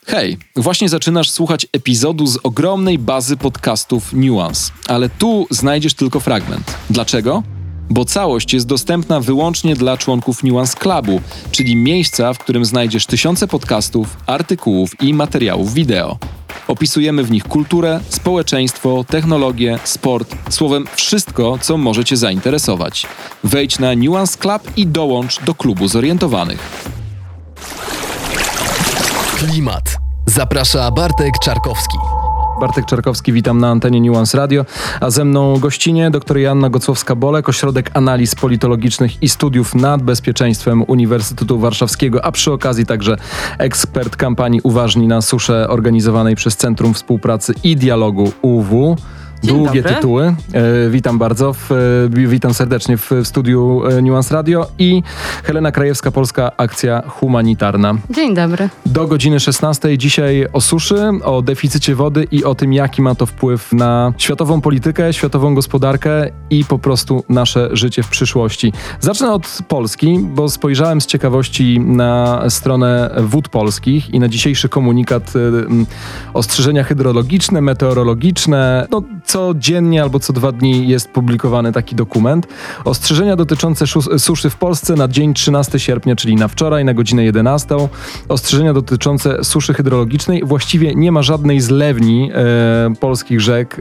Hej, właśnie zaczynasz słuchać epizodu z ogromnej bazy podcastów Nuance, ale tu znajdziesz tylko fragment. Dlaczego? Bo całość jest dostępna wyłącznie dla członków Nuance Clubu, czyli miejsca, w którym znajdziesz tysiące podcastów, artykułów i materiałów wideo. Opisujemy w nich kulturę, społeczeństwo, technologię, sport, słowem wszystko, co może Cię zainteresować. Wejdź na Nuance Club i dołącz do klubu zorientowanych. Klimat. Zaprasza Bartek Czarkowski. Bartek Czarkowski, witam na antenie Nuance Radio, a ze mną gościnie dr Joanna Gocłowska-Bolek, Ośrodek Analiz Politologicznych i Studiów nad Bezpieczeństwem Uniwersytetu Warszawskiego, a przy okazji także ekspert kampanii Uważni na suszę organizowanej przez Centrum Współpracy i Dialogu UW. Długie tytuły. Witam bardzo. Witam serdecznie w studiu Nuance Radio i Helena Krajewska, Polska Akcja Humanitarna. Dzień dobry. Do godziny 16 dzisiaj o suszy, o deficycie wody i o tym, jaki ma to wpływ na światową politykę, światową gospodarkę i po prostu nasze życie w przyszłości. Zacznę od Polski, bo spojrzałem z ciekawości na stronę Wód Polskich i na dzisiejszy komunikat ostrzeżenia hydrologiczne, meteorologiczne. Codziennie albo co 2 dni jest publikowany taki dokument. Ostrzeżenia dotyczące suszy w Polsce na dzień 13 sierpnia, czyli na wczoraj, na godzinę 11. Ostrzeżenia dotyczące suszy hydrologicznej. Właściwie nie ma żadnej zlewni polskich rzek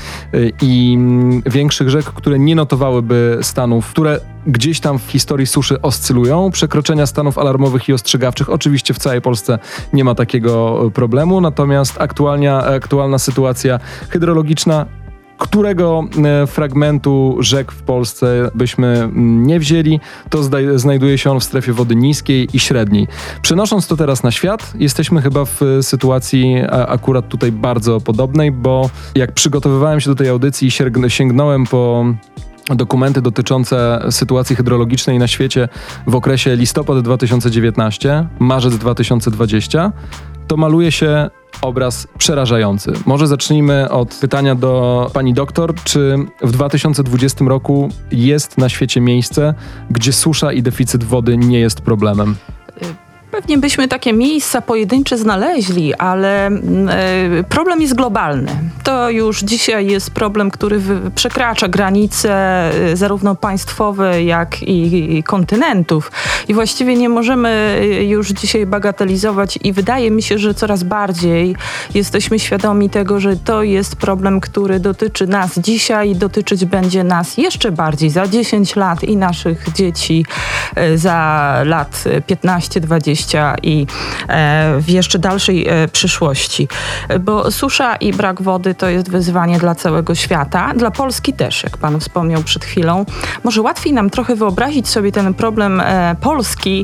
i większych rzek, które nie notowałyby stanów, które gdzieś tam w historii suszy oscylują. Przekroczenia stanów alarmowych i ostrzegawczych. Oczywiście w całej Polsce nie ma takiego problemu, natomiast aktualna sytuacja hydrologiczna, którego fragmentu rzek w Polsce byśmy nie wzięli, to znajduje się on w strefie wody niskiej i średniej. Przenosząc to teraz na świat, jesteśmy chyba w sytuacji akurat tutaj bardzo podobnej, bo jak przygotowywałem się do tej audycji i sięgnąłem po dokumenty dotyczące sytuacji hydrologicznej na świecie w okresie listopad 2019, marzec 2020, to maluje się obraz przerażający. Może zacznijmy od pytania do pani doktor, czy w 2020 roku jest na świecie miejsce, gdzie susza i deficyt wody nie jest problemem? Pewnie byśmy takie miejsca pojedyncze znaleźli, ale problem jest globalny. To już dzisiaj jest problem, który przekracza granice zarówno państwowe, jak i kontynentów. I właściwie nie możemy już dzisiaj bagatelizować i wydaje mi się, że coraz bardziej jesteśmy świadomi tego, że to jest problem, który dotyczy nas dzisiaj i dotyczyć będzie nas jeszcze bardziej za 10 lat i naszych dzieci za lat 15-20 i w jeszcze dalszej przyszłości. Bo susza i brak wody to jest wyzwanie dla całego świata, dla Polski też, jak pan wspomniał przed chwilą. Może łatwiej nam trochę wyobrazić sobie ten problem Polski,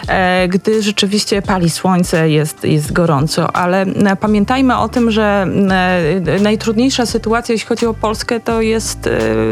gdy rzeczywiście pali słońce, jest gorąco, ale pamiętajmy o tym, że najtrudniejsza sytuacja, jeśli chodzi o Polskę, to jest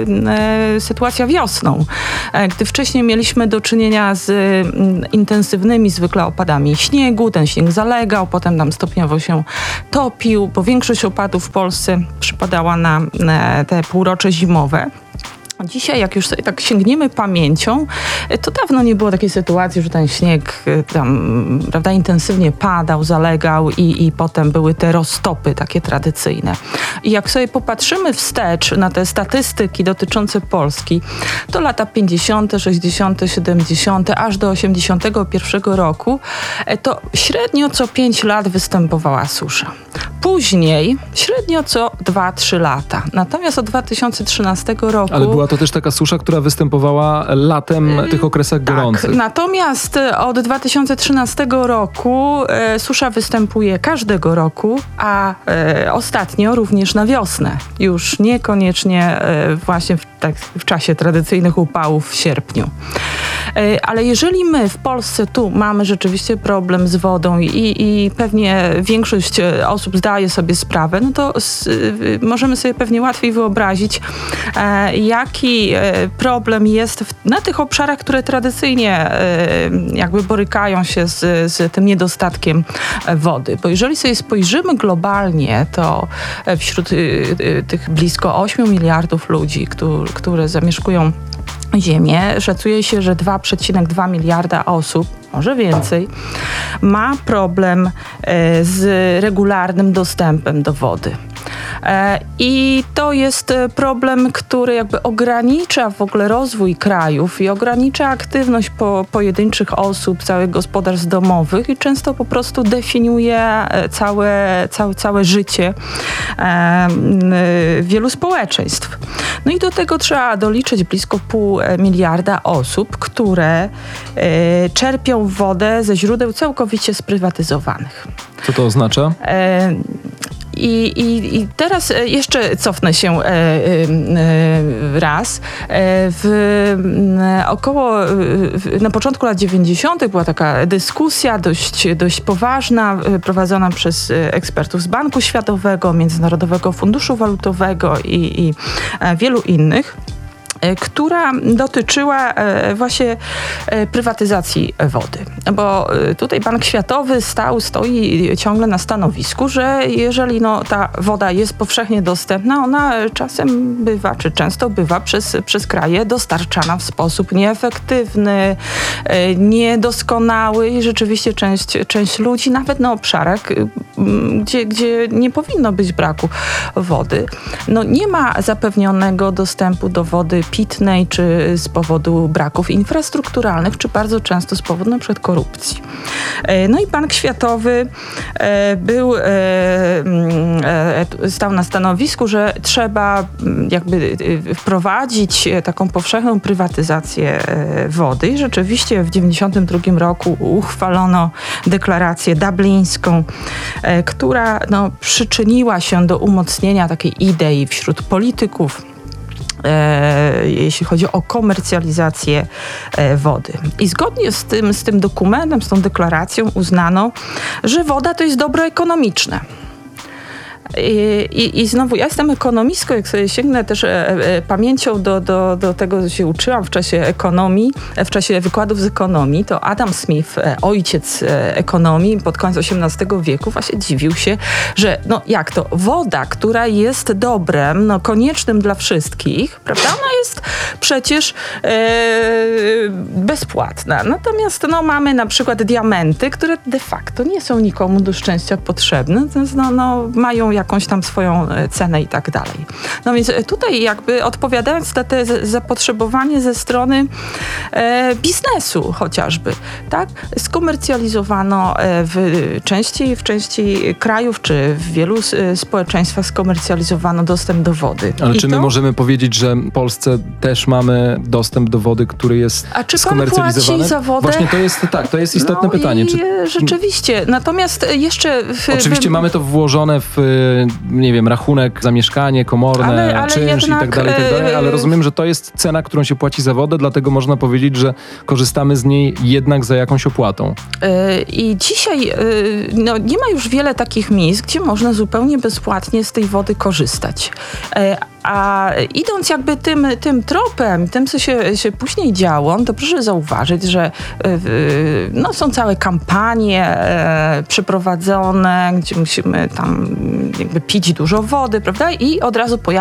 sytuacja wiosną. Gdy wcześniej mieliśmy do czynienia z intensywnymi zwykle opadami śniegu, ten śnieg zalegał, potem tam stopniowo się topił, bo większość opadów w Polsce przypadała na te półrocze zimowe. Dzisiaj, jak już sobie tak sięgniemy pamięcią, to dawno nie było takiej sytuacji, że ten śnieg tam, prawda, intensywnie padał, zalegał i potem były te roztopy takie tradycyjne. I jak sobie popatrzymy wstecz na te statystyki dotyczące Polski, to lata 50., 60., 70., aż do 81 roku, to średnio co 5 lat występowała susza. Później średnio co 2-3 lata. Natomiast od 2013 roku... Ale była to też taka susza, która występowała latem w tych okresach gorących. Tak, natomiast od 2013 roku susza występuje każdego roku, a ostatnio również na wiosnę. Już niekoniecznie właśnie w czasie tradycyjnych upałów w sierpniu. Ale jeżeli my w Polsce tu mamy rzeczywiście problem z wodą i pewnie większość osób zdaje sobie sprawę, no to możemy sobie pewnie łatwiej wyobrazić, jaki problem jest na tych obszarach, które tradycyjnie jakby borykają się z tym niedostatkiem wody. Bo jeżeli sobie spojrzymy globalnie, to wśród tych blisko 8 miliardów ludzi, które zamieszkują Ziemię, szacuje się, że 2,2 miliarda osób może więcej, ma problem z regularnym dostępem do wody. I to jest problem, który jakby ogranicza w ogóle rozwój krajów i ogranicza aktywność pojedynczych osób, całych gospodarstw domowych i często po prostu definiuje całe życie wielu społeczeństw. No i do tego trzeba doliczyć blisko 0,5 miliarda osób, które czerpią wodę ze źródeł całkowicie sprywatyzowanych. Co to oznacza? I teraz jeszcze cofnę się raz. Na początku lat 90. była taka dyskusja dość poważna, prowadzona przez ekspertów z Banku Światowego, Międzynarodowego Funduszu Walutowego i wielu innych, która dotyczyła właśnie prywatyzacji wody. Bo tutaj Bank Światowy stoi ciągle na stanowisku, że jeżeli ta woda jest powszechnie dostępna, ona czasem bywa, czy często bywa przez kraje dostarczana w sposób nieefektywny, niedoskonały i rzeczywiście część ludzi, nawet na obszarach, gdzie nie powinno być braku wody, nie ma zapewnionego dostępu do wody pitnej, czy z powodu braków infrastrukturalnych, czy bardzo często z powodu na przykład korupcji. No i Bank Światowy stał na stanowisku, że trzeba jakby wprowadzić taką powszechną prywatyzację wody i rzeczywiście w 1992 roku uchwalono deklarację dublińską, która przyczyniła się do umocnienia takiej idei wśród polityków, jeśli chodzi o komercjalizację wody. I zgodnie z tym dokumentem, z tą deklaracją uznano, że woda to jest dobro ekonomiczne. I znowu, ja jestem ekonomistką, jak sobie sięgnę też pamięcią do tego, co się uczyłam w czasie ekonomii, w czasie wykładów z ekonomii, to Adam Smith, ojciec ekonomii pod koniec XVIII wieku, właśnie dziwił się, że jak to woda, która jest dobrem, koniecznym dla wszystkich, prawda? Ona jest przecież bezpłatna. Natomiast mamy na przykład diamenty, które de facto nie są nikomu do szczęścia potrzebne, więc mają jakąś tam swoją cenę i tak dalej. No więc tutaj jakby odpowiadając na te zapotrzebowanie ze strony biznesu chociażby, tak? Skomercjalizowano w części krajów, czy w wielu społeczeństwach skomercjalizowano dostęp do wody. Ale czy my możemy powiedzieć, że w Polsce też mamy dostęp do wody, który jest skomercjalizowany? A czy pan płaci za wodę? Właśnie to jest istotne pytanie. Rzeczywiście. Natomiast jeszcze... Oczywiście mamy to włożone w, rachunek za mieszkanie, komorne, czynsz i tak dalej, ale rozumiem, że to jest cena, którą się płaci za wodę, dlatego można powiedzieć, że korzystamy z niej jednak za jakąś opłatą. I dzisiaj nie ma już wiele takich miejsc, gdzie można zupełnie bezpłatnie z tej wody korzystać. A idąc jakby tym tropem, tym, co się później działo, to proszę zauważyć, że są całe kampanie przeprowadzone, gdzie musimy tam jakby pić dużo wody, prawda? I od razu pojawia